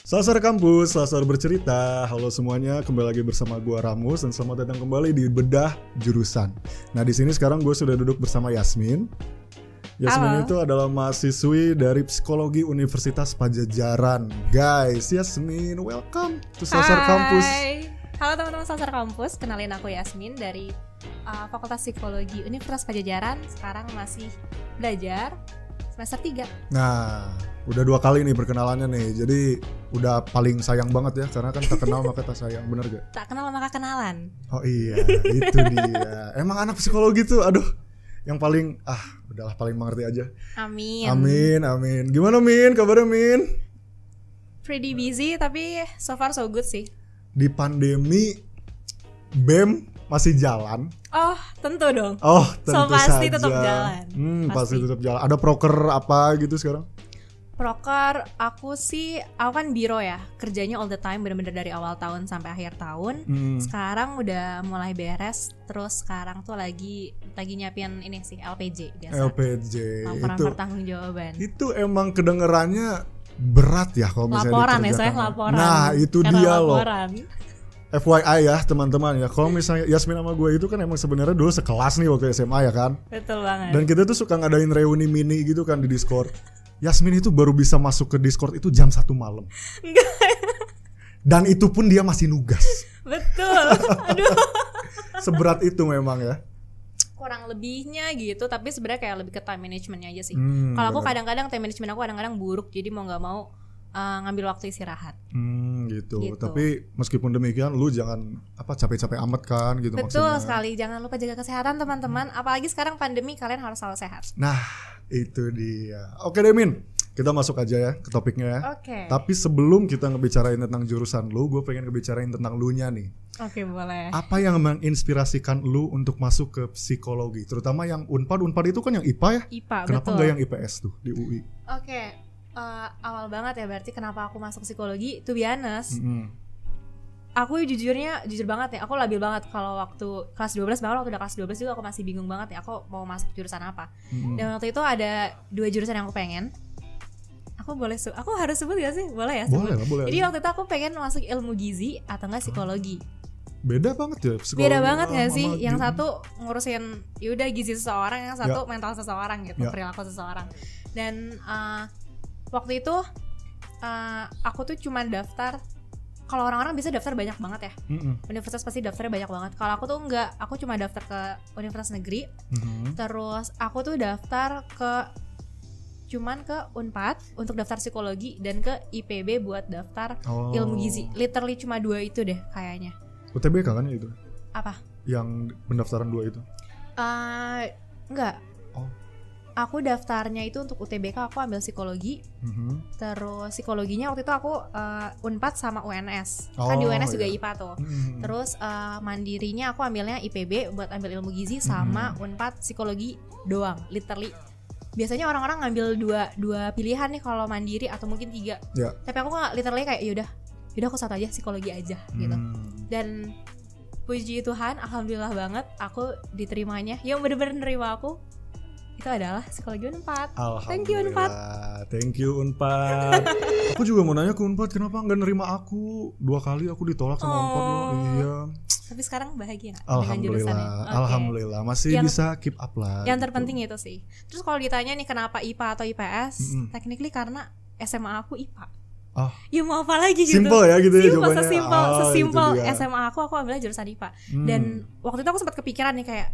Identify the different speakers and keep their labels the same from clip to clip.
Speaker 1: Sasar Kampus, Sasar Bercerita. Halo semuanya, kembali lagi bersama gua Ramus dan selamat datang kembali di Bedah Jurusan. Nah, di sini sekarang gue sudah duduk bersama Yasmin. Yasmin itu adalah mahasiswi dari Psikologi Universitas Padjadjaran. Guys, Yasmin, welcome to Sasar Kampus.
Speaker 2: Halo teman-teman Sasar Kampus, kenalin aku Yasmin dari Fakultas Psikologi Universitas Padjadjaran. Sekarang masih belajar semester 3.
Speaker 1: Nah, udah 2 kali nih perkenalannya nih. Jadi udah paling sayang banget ya, karena kan tak kenal maka tak sayang, bener gak?
Speaker 2: Tak kenal maka kenalan.
Speaker 1: Oh iya, itu dia. Emang anak psikologi tuh, aduh, yang paling, udahlah paling mengerti aja.
Speaker 2: Amin.
Speaker 1: Amin. Gimana Min, kabarnya Min?
Speaker 2: Pretty busy tapi so far so good sih.
Speaker 1: Di pandemi, BEM masih jalan.
Speaker 2: Oh, tentu dong.
Speaker 1: Oh, tentu
Speaker 2: pasti
Speaker 1: saja.
Speaker 2: tetap jalan.
Speaker 1: Pasti tetap jalan. Ada proker apa gitu sekarang?
Speaker 2: Proker, aku kan biro ya, kerjanya all the time, bener-bener dari awal tahun sampai akhir tahun. Sekarang udah mulai beres, terus sekarang tuh lagi nyiapin ini sih, LPJ biasa.
Speaker 1: LPJ.
Speaker 2: Laporan
Speaker 1: itu,
Speaker 2: pertanggungjawaban.
Speaker 1: Itu emang kedengerannya berat ya kalau misalnya
Speaker 2: Laporan
Speaker 1: dikerjakan.
Speaker 2: ya, saya laporan.
Speaker 1: Nah, itu
Speaker 2: karena
Speaker 1: dia
Speaker 2: laporan.
Speaker 1: loh. FYI ya teman-teman ya, kalau misalnya Yasmin sama gue itu kan emang sebenarnya dulu sekelas nih waktu SMA ya kan.
Speaker 2: Betul banget.
Speaker 1: Dan kita tuh suka ngadain reuni mini gitu kan di Discord. Yasmin itu baru bisa masuk ke Discord itu jam 1 malam.
Speaker 2: Enggak.
Speaker 1: Dan itu pun dia masih nugas.
Speaker 2: Betul. Aduh.
Speaker 1: Seberat itu memang ya.
Speaker 2: Kurang lebihnya gitu, tapi sebenarnya kayak lebih ke time managementnya aja sih. Kalau aku kadang-kadang time management aku kadang-kadang buruk, jadi mau nggak mau ngambil waktu istirahat.
Speaker 1: Gitu. Tapi meskipun demikian, lu jangan capek-capek amat kan gitu.
Speaker 2: Betul
Speaker 1: maksudnya.
Speaker 2: sekali, jangan lupa jaga kesehatan teman-teman. Apalagi sekarang pandemi, kalian harus selalu sehat.
Speaker 1: Nah, itu dia. Oke deh Min, kita masuk aja ya ke topiknya ya.
Speaker 2: Oke.
Speaker 1: Tapi sebelum kita ngebicarain tentang jurusan lu, gue pengen ngebicarain tentang lu nya nih.
Speaker 2: Oke, boleh.
Speaker 1: Apa yang menginspirasikan lu untuk masuk ke psikologi? Terutama yang Unpad itu kan yang IPA ya?
Speaker 2: IPA,
Speaker 1: Kenapa
Speaker 2: betul.
Speaker 1: nggak yang IPS tuh di UI?
Speaker 2: Oke. Awal banget ya berarti kenapa aku masuk psikologi. To be honest, aku jujur banget ya, aku labil banget kalau waktu kelas 12, bahkan waktu udah kelas 12 juga aku masih bingung banget ya, aku mau masuk jurusan apa. Dan waktu itu ada 2 jurusan yang aku pengen. Aku harus sebut gak sih? Boleh ya?
Speaker 1: Boleh lah, boleh.
Speaker 2: Jadi waktu itu aku pengen masuk ilmu gizi atau enggak psikologi.
Speaker 1: Beda banget ya psikologi.
Speaker 2: Beda banget gak sih? Yang satu ngurusin yaudah gizi seseorang, yang satu mental seseorang gitu, perilaku seseorang. Dan waktu itu aku tuh cuma daftar. Kalau orang-orang bisa daftar banyak banget ya. Universitas pasti daftarnya banyak banget. Kalau aku tuh enggak, aku cuma daftar ke universitas negeri. Terus aku tuh daftar cuman ke Unpad untuk daftar psikologi dan ke IPB buat daftar ilmu gizi. Literally cuma 2 itu deh kayaknya.
Speaker 1: UTBK kan itu?
Speaker 2: Apa?
Speaker 1: Yang pendaftaran 2 itu?
Speaker 2: Enggak. Aku daftarnya itu untuk UTBK, aku ambil psikologi. Terus psikologinya waktu itu aku Unpad sama UNS. Kan di UNS juga IPA tuh. Terus mandirinya aku ambilnya IPB buat ambil ilmu gizi, sama Unpad psikologi doang, literally. Biasanya orang-orang ngambil dua pilihan nih kalau mandiri atau mungkin 3. Tapi aku nggak, literally kayak yaudah aku satu aja, psikologi aja gitu. Dan puji Tuhan, alhamdulillah banget aku diterimanya. Yang bener-bener nerima aku itu adalah psikologi Unpad. Thank you Unpad.
Speaker 1: Thank you Unpad. Aku juga mau nanya ke Unpad, kenapa nggak nerima aku? 2 kali aku ditolak sama Unpad loh. Iya.
Speaker 2: Tapi sekarang bahagia nggak dengan
Speaker 1: jurusannya?
Speaker 2: Okay.
Speaker 1: Alhamdulillah masih bisa keep up lah.
Speaker 2: Yang
Speaker 1: gitu.
Speaker 2: terpenting itu sih. Terus kalau ditanya nih kenapa IPA atau IPS, technically karena SMA aku IPA. Ya mau apa lagi gitu.
Speaker 1: Simple ya gitu ya jawabannya.
Speaker 2: Sesimpel SMA aku ambil jurusan IPA. Dan waktu itu aku sempat kepikiran nih kayak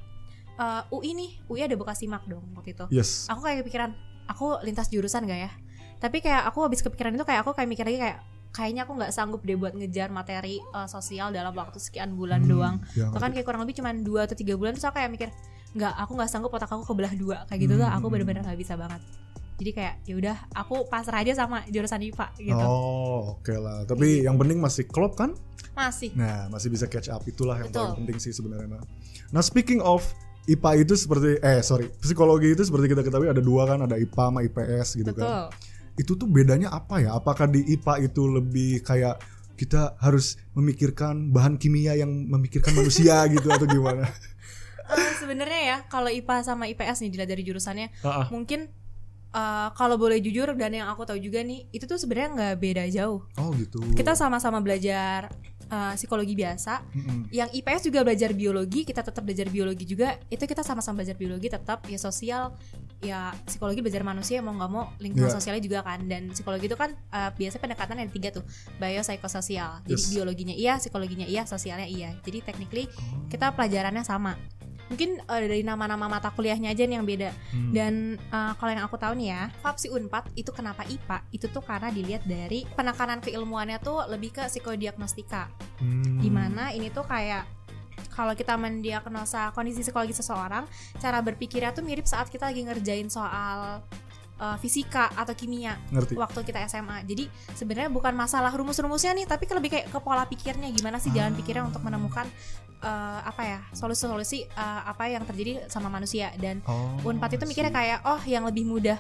Speaker 2: UI ada bekas simak dong waktu itu.
Speaker 1: Yes.
Speaker 2: Aku kayak kepikiran, aku lintas jurusan gak ya? Tapi kayak aku habis kepikiran itu kayak aku kayak mikir lagi kayaknya aku nggak sanggup deh buat ngejar materi sosial dalam waktu sekian bulan doang. Itu kan kayak kurang lebih cuma 2 atau 3 bulan, terus aku kayak mikir aku nggak sanggup, otak aku kebelah 2 kayak gitu tuh. Aku benar-benar nggak bisa banget. Jadi kayak yaudah aku pasrah aja sama jurusan IPA gitu.
Speaker 1: Oke lah. Tapi yang penting masih klop kan?
Speaker 2: Masih.
Speaker 1: Nah masih bisa catch up, itulah yang paling penting sih sebenarnya. Nah speaking of IPA itu psikologi itu seperti kita ketahui ada 2 kan, ada IPA sama IPS gitu. Betul. Kan. Itu tuh bedanya apa ya? Apakah di IPA itu lebih kayak kita harus memikirkan bahan kimia yang memikirkan manusia gitu atau gimana?
Speaker 2: Sebenarnya ya kalau IPA sama IPS nih dilihat dari jurusannya, mungkin kalau boleh jujur dan yang aku tahu juga nih, itu tuh sebenarnya nggak beda jauh.
Speaker 1: Oh gitu.
Speaker 2: Kita sama-sama belajar psikologi biasa. Yang IPS juga belajar biologi, kita tetap belajar biologi juga. Itu kita sama-sama belajar biologi tetap, ya sosial, ya psikologi belajar manusia, mau nggak mau lingkungan sosialnya juga kan. Dan psikologi itu kan biasanya pendekatan ada 3 tuh, biopsikososial. Jadi biologinya iya, psikologinya iya, sosialnya iya. Jadi technically kita pelajarannya sama. Mungkin dari nama-nama mata kuliahnya aja nih yang beda. Dan kalau yang aku tahu nih ya, FAPSI Unpad itu kenapa IPA, itu tuh karena dilihat dari penekanan keilmuannya tuh lebih ke psikodiagnostika. Dimana ini tuh kayak kalau kita mendiagnosa kondisi psikologi seseorang, cara berpikirnya tuh mirip saat kita lagi ngerjain soal fisika atau kimia.
Speaker 1: Ngerti.
Speaker 2: Waktu kita SMA. Jadi sebenarnya bukan masalah rumus-rumusnya nih, tapi lebih kayak ke pola pikirnya, gimana sih jalan pikirnya untuk menemukan solusi-solusi apa yang terjadi sama manusia. Dan Unpad itu mikirnya kayak yang lebih mudah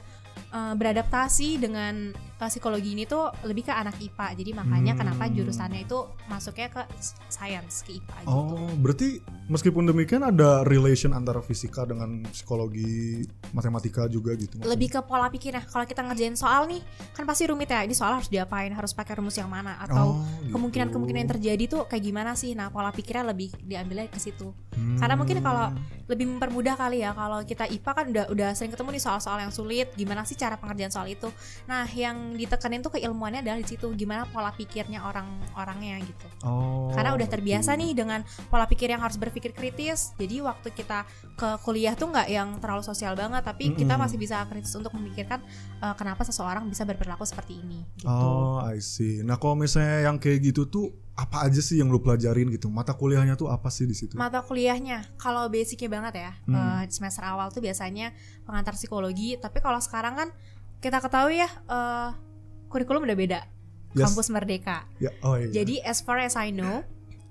Speaker 2: beradaptasi dengan psikologi ini tuh lebih ke anak IPA. Jadi makanya kenapa jurusannya itu masuknya ke science, ke IPA gitu.
Speaker 1: Berarti meskipun demikian ada relation antara fisika dengan psikologi, matematika juga gitu maksudnya?
Speaker 2: Lebih ke pola pikirnya. Kalau kita ngerjain soal nih, kan pasti rumit ya. Ini soal harus diapain, harus pakai rumus yang mana, atau
Speaker 1: gitu.
Speaker 2: kemungkinan yang terjadi tuh kayak gimana sih. Nah, pola pikirnya lebih diambilnya ke situ. Karena mungkin kalau lebih mempermudah kali ya, kalau kita IPA kan udah sering ketemu nih soal-soal yang sulit, gimana sih cara pengerjaan soal itu. Nah, yang ditekanin tuh keilmuannya adalah di situ, gimana pola pikirnya orang-orangnya gitu. Karena udah terbiasa nih dengan pola pikir yang harus berpikir kritis. Jadi waktu kita ke kuliah tuh nggak yang terlalu sosial banget, tapi kita masih bisa kritis untuk memikirkan kenapa seseorang bisa berperilaku seperti ini gitu.
Speaker 1: I see. Nah, kalau misalnya yang kayak gitu tuh apa aja sih yang lu pelajarin gitu? Mata kuliahnya tuh apa sih di situ?
Speaker 2: Mata kuliahnya kalau basicnya banget ya, semester awal tuh biasanya pengantar psikologi. Tapi kalau sekarang kan kita ketahui ya, kurikulum udah beda. Kampus Merdeka.
Speaker 1: Iya.
Speaker 2: Jadi as far as I know,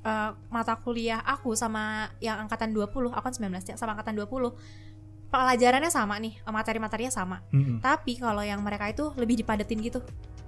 Speaker 2: mata kuliah aku sama yang angkatan 20, aku kan 19 ya, sama angkatan 20, pelajarannya sama nih, materi-materinya sama. Tapi kalau yang mereka itu lebih dipadetin gitu.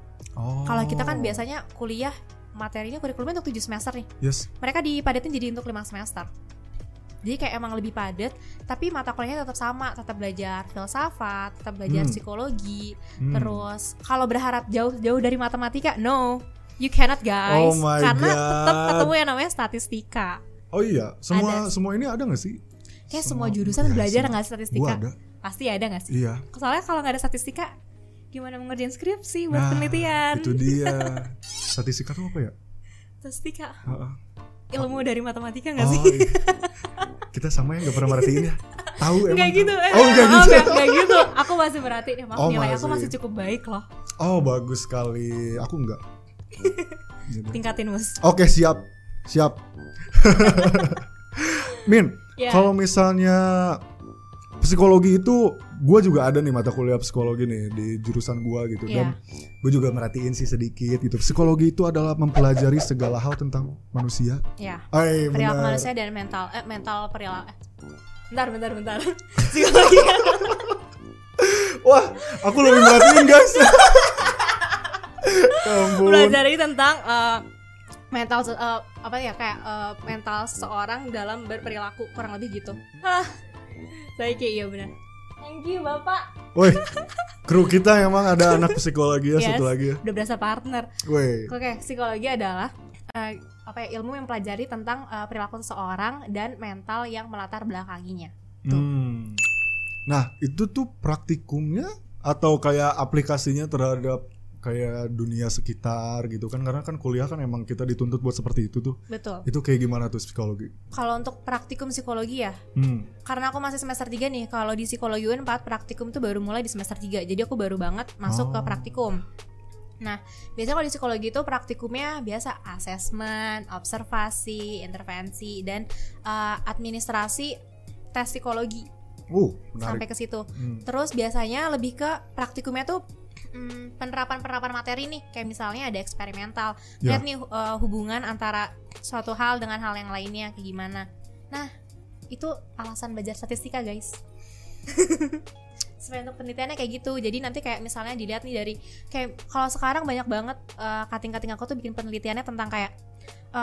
Speaker 2: Kalau kita kan biasanya kuliah materinya kurikulumnya untuk 7 semester nih. Mereka dipadetin jadi untuk 5 semester. Jadi kayak emang lebih padat, tapi mata kuliahnya tetap sama, tetap belajar filsafat, tetap belajar psikologi. Terus kalau berharap jauh dari matematika, no, you cannot guys, karena tetap ketemu yang namanya statistika.
Speaker 1: Oh iya, semua ini ada nggak sih?
Speaker 2: Kayak semua jurusan belajar nggak statistika?
Speaker 1: Ada.
Speaker 2: Pasti ada nggak sih?
Speaker 1: Iya.
Speaker 2: Soalnya kalau nggak ada statistika, gimana mengerjain skripsi buat penelitian?
Speaker 1: Itu dia. Statistika tuh apa ya?
Speaker 2: Statistika. Ilmu dari matematika nggak sih?
Speaker 1: Iya. Kita sama yang nggak pernah merhatiin ya. Tahu emang.
Speaker 2: Nggak gitu. Nggak gitu. Aku masih merhatiin. Maaf, nilai aku masih cukup baik loh.
Speaker 1: Bagus sekali. Aku nggak.
Speaker 2: Tingkatin Mus.
Speaker 1: Oke, siap. Min, kalau misalnya psikologi itu, gue juga ada nih mata kuliah psikologi nih di jurusan gue gitu. Dan gue juga merhatiin sih sedikit gitu. Psikologi itu adalah mempelajari segala hal tentang manusia.
Speaker 2: Perilaku manusia dan mental perilaku. Bentar. Psikologi.
Speaker 1: Wah, aku lebih merhatiin guys.
Speaker 2: Pelajari tentang mental mental seseorang dalam berperilaku, kurang lebih gitu. Saya kayak iya benar. Thank you Bapak.
Speaker 1: Woi, kru kita emang ada anak psikologi ya. Satu lagi ya.
Speaker 2: Udah berasa partner. Oke, psikologi adalah ilmu yang mempelajari tentang perilaku seseorang dan mental yang melatar belakanginya.
Speaker 1: Nah, itu tuh praktikumnya atau kayak aplikasinya terhadap kayak dunia sekitar gitu kan, karena kan kuliah kan emang kita dituntut buat seperti itu tuh.
Speaker 2: Betul.
Speaker 1: Itu kayak gimana tuh psikologi?
Speaker 2: Kalau untuk praktikum psikologi ya, karena aku masih semester 3 nih. Kalau di psikologi Unpad praktikum tuh baru mulai di semester 3. Jadi aku baru banget masuk ke praktikum. Nah, biasanya kalau di psikologi itu praktikumnya biasa asesmen, observasi, intervensi, dan administrasi tes psikologi. Sampai ke situ. Terus biasanya lebih ke praktikumnya tuh penerapan materi nih, kayak misalnya ada eksperimental, lihat nih hubungan antara suatu hal dengan hal yang lainnya kayak gimana. Nah, itu alasan belajar statistika guys. Sebenarnya untuk penelitiannya kayak gitu. Jadi nanti kayak misalnya dilihat nih dari kayak kalau sekarang banyak banget kating-kating aku tuh bikin penelitiannya tentang kayak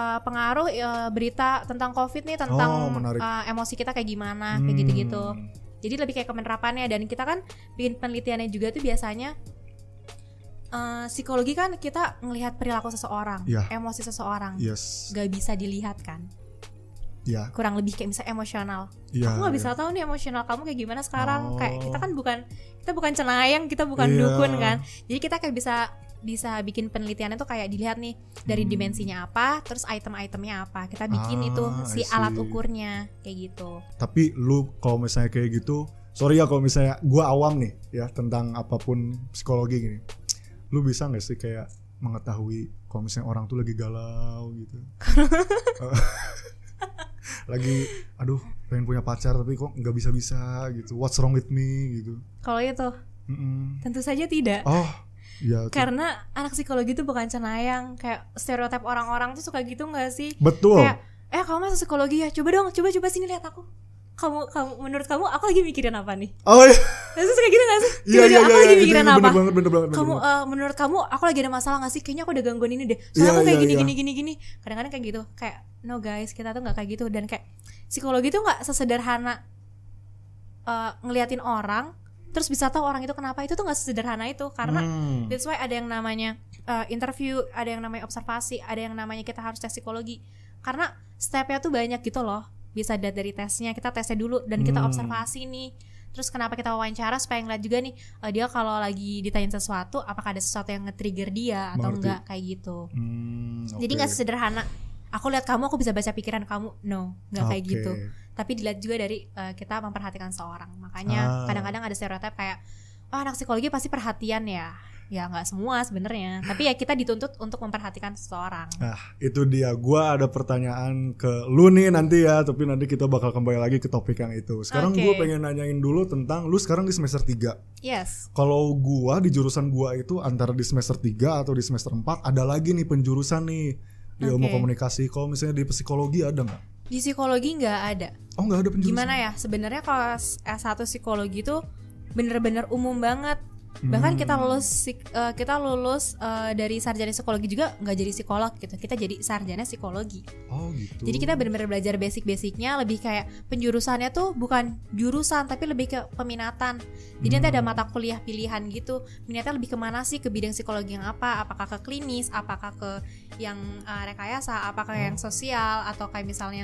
Speaker 2: pengaruh berita tentang COVID nih tentang emosi kita kayak gimana, kayak gitu-gitu. Jadi lebih kayak ke penerapannya. Dan kita kan bikin penelitiannya juga tuh biasanya psikologi kan kita ngelihat perilaku seseorang, emosi seseorang, gak bisa dilihat kan. Kurang lebih kayak misalnya emosional. Aku gak bisa tahu nih emosional kamu kayak gimana sekarang. Kayak kita kan bukan cenayang, kita bukan dukun kan. Jadi kita kayak bisa bikin penelitiannya tuh kayak dilihat nih dari dimensinya apa, terus item-itemnya apa. Kita bikin itu si alat ukurnya kayak gitu.
Speaker 1: Tapi lu kalau misalnya kayak gitu, sorry ya kalau misalnya gue awam nih ya tentang apapun psikologi gini, lu bisa gak sih kayak mengetahui kalau misalnya orang tuh lagi galau gitu? Lagi aduh pengen punya pacar tapi kok nggak bisa gitu, what's wrong with me gitu.
Speaker 2: Kalau itu tentu saja tidak.
Speaker 1: Ya,
Speaker 2: karena anak psikologi itu bukan cenayang. Kayak stereotip orang-orang tuh suka gitu nggak sih?
Speaker 1: Betul.
Speaker 2: Kayak kamu masuk psikologi ya, coba sini lihat aku. Kamu menurut kamu aku lagi mikirin apa nih? Terus kayak gitu gak sih? Coba aku lagi mikirin apa?
Speaker 1: Bener banget.
Speaker 2: Kamu menurut kamu aku lagi ada masalah gak sih? Kayaknya aku ada gangguan ini deh. Soalnya aku kayak gini. Kadang-kadang kayak gitu. Kayak no guys, kita tuh gak kayak gitu. Dan kayak psikologi tuh gak sesederhana ngeliatin orang terus bisa tahu orang itu kenapa. Itu tuh gak sesederhana itu. Karena that's why ada yang namanya interview, ada yang namanya observasi, ada yang namanya kita harus tes psikologi. Karena stepnya tuh banyak gitu loh. Bisa dari tesnya, kita tesnya dulu dan kita observasi nih. Terus kenapa kita wawancara supaya ngeliat juga nih dia kalau lagi ditanyain sesuatu apakah ada sesuatu yang nge-trigger dia atau enggak kayak gitu. Jadi gak sederhana aku lihat kamu aku bisa baca pikiran kamu, no, gak kayak gitu. Tapi dilihat juga dari kita memperhatikan seorang. Makanya kadang-kadang ada stereotip kayak anak psikologi pasti perhatian ya nggak semua sebenarnya, tapi ya kita dituntut untuk memperhatikan seseorang. Nah
Speaker 1: itu dia, gue ada pertanyaan ke lu nih nanti ya, tapi nanti kita bakal kembali lagi ke topik yang itu. Sekarang gue pengen nanyain dulu tentang lu sekarang di semester 3.
Speaker 2: Yes.
Speaker 1: Kalau gue di jurusan gue itu antara di semester 3 atau di semester 4 ada lagi nih penjurusan nih di ilmu komunikasi. Kalau misalnya di psikologi ada nggak?
Speaker 2: Di psikologi nggak ada.
Speaker 1: Oh nggak ada penjurusan?
Speaker 2: Gimana ya, sebenarnya kalau S1 psikologi itu bener-bener umum banget. Bahkan kita lulus dari sarjana psikologi juga nggak jadi psikolog gitu, kita jadi sarjana psikologi.
Speaker 1: Oh gitu.
Speaker 2: Jadi kita benar-benar belajar basic-basicnya, lebih kayak penjurusannya tuh bukan jurusan tapi lebih ke peminatan. Jadi nanti ada mata kuliah pilihan gitu, minatnya lebih kemana sih, ke bidang psikologi yang apa, apakah ke klinis, apakah ke yang rekayasa, apakah yang sosial, atau kayak misalnya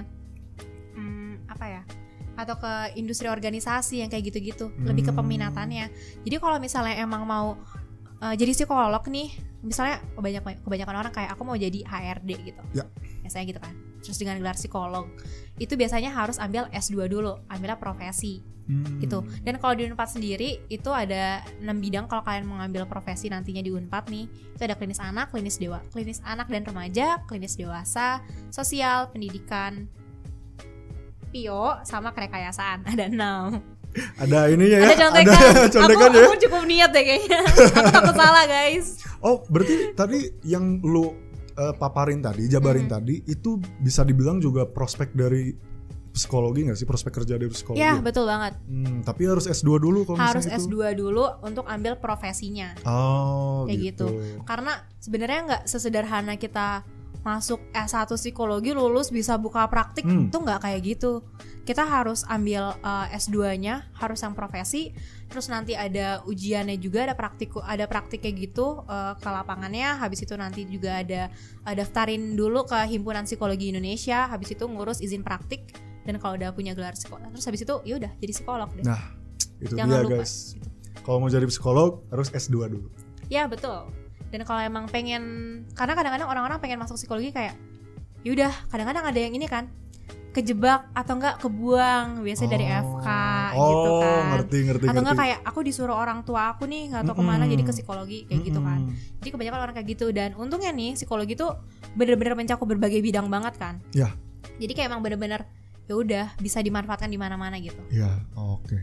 Speaker 2: atau ke industri organisasi yang kayak gitu-gitu. Lebih ke peminatannya. Jadi kalau misalnya emang mau jadi psikolog nih, misalnya kebanyakan orang kayak aku mau jadi HRD gitu biasanya gitu kan, terus dengan gelar psikolog itu biasanya harus ambil S2 dulu, ambilnya profesi gitu. Dan kalau di Unpad sendiri itu ada 6 bidang kalau kalian mau ngambil profesi nantinya di Unpad nih. Itu ada klinis anak, klinis anak dan remaja, klinis dewasa, sosial, pendidikan, PIO, sama kerekayasaan. Ada 6.
Speaker 1: Ada ininya ya.
Speaker 2: Ada contekan. Aku cukup niat deh kayaknya. Aku takut salah guys.
Speaker 1: Oh berarti tadi yang lu paparin tadi, jabarin tadi, itu bisa dibilang juga prospek dari psikologi nggak sih, prospek kerja dari psikologi?
Speaker 2: Ya betul banget.
Speaker 1: Tapi harus S2 dulu kalau
Speaker 2: harus
Speaker 1: misalnya
Speaker 2: S2 dulu untuk ambil profesinya.
Speaker 1: Oh
Speaker 2: kayak gitu. Karena sebenarnya nggak sesederhana kita masuk S1 psikologi lulus bisa buka praktik, itu nggak kayak gitu. Kita harus ambil S2-nya, harus yang profesi, terus nanti ada ujiannya juga, ada praktik kayak gitu ke lapangannya. Habis itu nanti juga ada daftarin dulu ke Himpunan Psikologi Indonesia, habis itu ngurus izin praktik, dan kalau udah punya gelar psikolog, terus habis itu ya udah jadi psikolog deh.
Speaker 1: Nah, itu
Speaker 2: jangan
Speaker 1: dia
Speaker 2: lupa,
Speaker 1: guys. Gitu. Kalau mau jadi psikolog harus S2 dulu.
Speaker 2: Ya betul. Dan kalau emang pengen, karena kadang-kadang orang-orang pengen masuk psikologi kayak yaudah, kadang-kadang ada yang ini kan, kejebak atau enggak kebuang biasanya dari FK gitu kan.
Speaker 1: Ngerti.
Speaker 2: Atau enggak kayak aku disuruh orang tua aku nih nggak tahu kemana jadi ke psikologi kayak gitu kan. Jadi kebanyakan orang kayak gitu, dan untungnya nih psikologi tuh bener-bener mencakup berbagai bidang banget kan.
Speaker 1: Ya.
Speaker 2: Jadi kayak emang bener-bener ya udah bisa dimanfaatkan di mana-mana gitu.
Speaker 1: Ya, oke.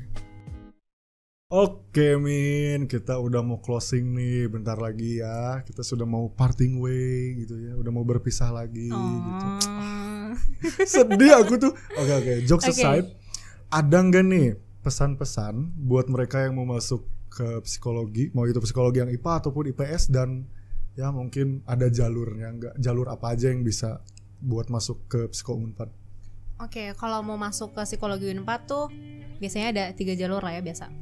Speaker 1: Oke Min, kita udah mau closing nih bentar lagi ya. Kita sudah mau parting way gitu ya, udah mau berpisah lagi gitu. Sedih aku tuh. Oke, jokes aside, ada nggak nih pesan-pesan buat mereka yang mau masuk ke psikologi, mau itu psikologi yang IPA ataupun IPS, dan ya mungkin ada jalurnya, nggak jalur apa aja yang bisa buat masuk ke Psiko Unpad?
Speaker 2: Oke, kalau mau masuk ke psikologi Unpad tuh biasanya ada 3 jalur lah ya biasa.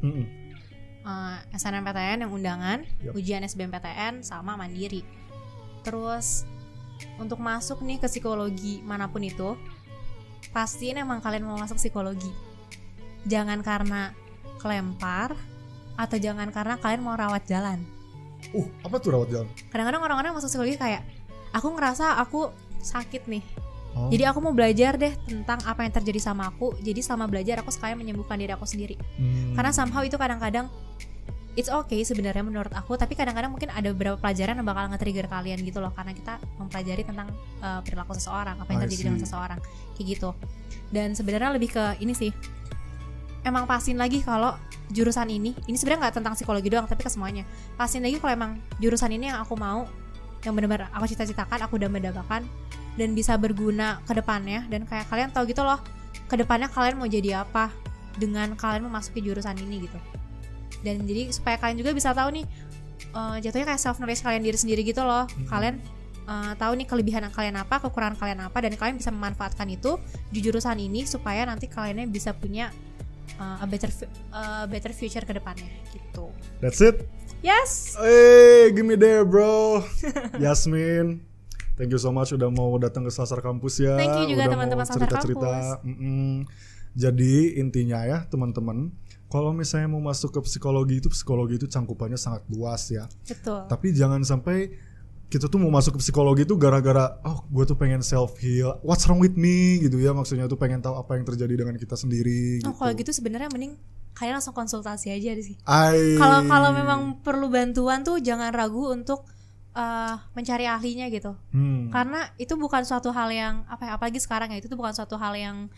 Speaker 2: SNMPTN yang undangan, ujian SBMPTN sama mandiri. Terus untuk masuk nih ke psikologi manapun itu, pastiin emang kalian mau masuk psikologi. Jangan karena kelempar atau jangan karena kalian mau rawat jalan.
Speaker 1: Apa tuh rawat jalan?
Speaker 2: Kadang-kadang orang-orang masuk psikologi kayak, aku ngerasa aku sakit nih. Jadi aku mau belajar deh tentang apa yang terjadi sama aku. Jadi selama belajar aku sekalian menyembuhkan diri aku sendiri. Karena somehow itu kadang-kadang it's okay sebenarnya menurut aku, tapi kadang-kadang mungkin ada beberapa pelajaran yang bakal nge-trigger kalian gitu loh, karena kita mempelajari tentang perilaku seseorang, apa yang terjadi dengan seseorang, kayak gitu. Dan sebenarnya lebih ke ini sih, emang pastiin lagi kalau jurusan ini sebenarnya nggak tentang psikologi doang, tapi ke semuanya. Pastiin lagi kalau emang jurusan ini yang aku mau, yang benar-benar aku cita-citakan, aku udah mendapatkan dan bisa berguna ke depannya, dan kayak kalian tahu gitu loh ke depannya kalian mau jadi apa dengan kalian memasuki jurusan ini gitu. Dan jadi supaya kalian juga bisa tahu nih jatuhnya kayak self knowledge kalian diri sendiri gitu loh. Kalian tahu nih kelebihan kalian apa, kekurangan kalian apa, dan kalian bisa memanfaatkan itu di jurusan ini supaya nanti kaliannya bisa punya a better future ke depannya gitu.
Speaker 1: That's it.
Speaker 2: Yes.
Speaker 1: Hey, give me there bro. Yasmin, thank you so much udah mau datang ke Sasar Kampus ya.
Speaker 2: Thank you juga teman-teman Sasar Kampus.
Speaker 1: Jadi intinya ya teman-teman, kalau misalnya mau masuk ke psikologi itu cangkupannya sangat luas ya.
Speaker 2: Betul.
Speaker 1: Tapi jangan sampai kita tuh mau masuk ke psikologi itu gara-gara gue tuh pengen self heal, what's wrong with me gitu ya, maksudnya tuh pengen tahu apa yang terjadi dengan kita sendiri. Gitu.
Speaker 2: Kalau gitu sebenarnya mending kalian langsung konsultasi aja sih. Kalau memang perlu bantuan tuh jangan ragu untuk mencari ahlinya gitu. Karena itu bukan suatu hal yang apalagi sekarang ya, itu tuh bukan suatu hal yang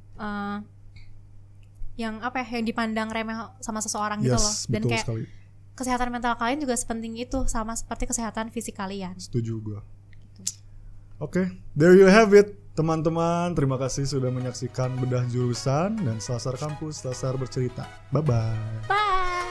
Speaker 2: yang dipandang remeh sama seseorang gitu loh. Dan kayak sekali. Kesehatan mental kalian juga sepenting itu, sama seperti kesehatan fisik kalian.
Speaker 1: Setuju gue. Gitu. Oke, there you have it teman-teman. Terima kasih sudah menyaksikan Bedah Jurusan dan Sasar Kampus, Sasar Bercerita. Bye-bye.
Speaker 2: Bye.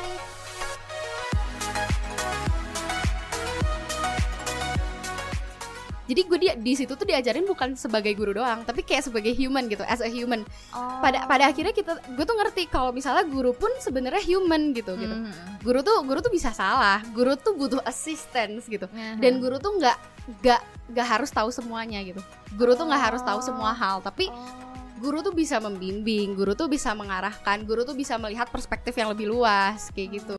Speaker 3: Jadi gue di situ tuh diajarin bukan sebagai guru doang, tapi kayak sebagai human gitu, as a human. Pada akhirnya gue tuh ngerti kalau misalnya guru pun sebenarnya human gitu. Guru tuh bisa salah, guru tuh butuh assistance gitu. Dan guru tuh nggak harus tahu semuanya gitu. Guru tuh nggak harus tahu semua hal, tapi guru tuh bisa membimbing, guru tuh bisa mengarahkan, guru tuh bisa melihat perspektif yang lebih luas kayak gitu.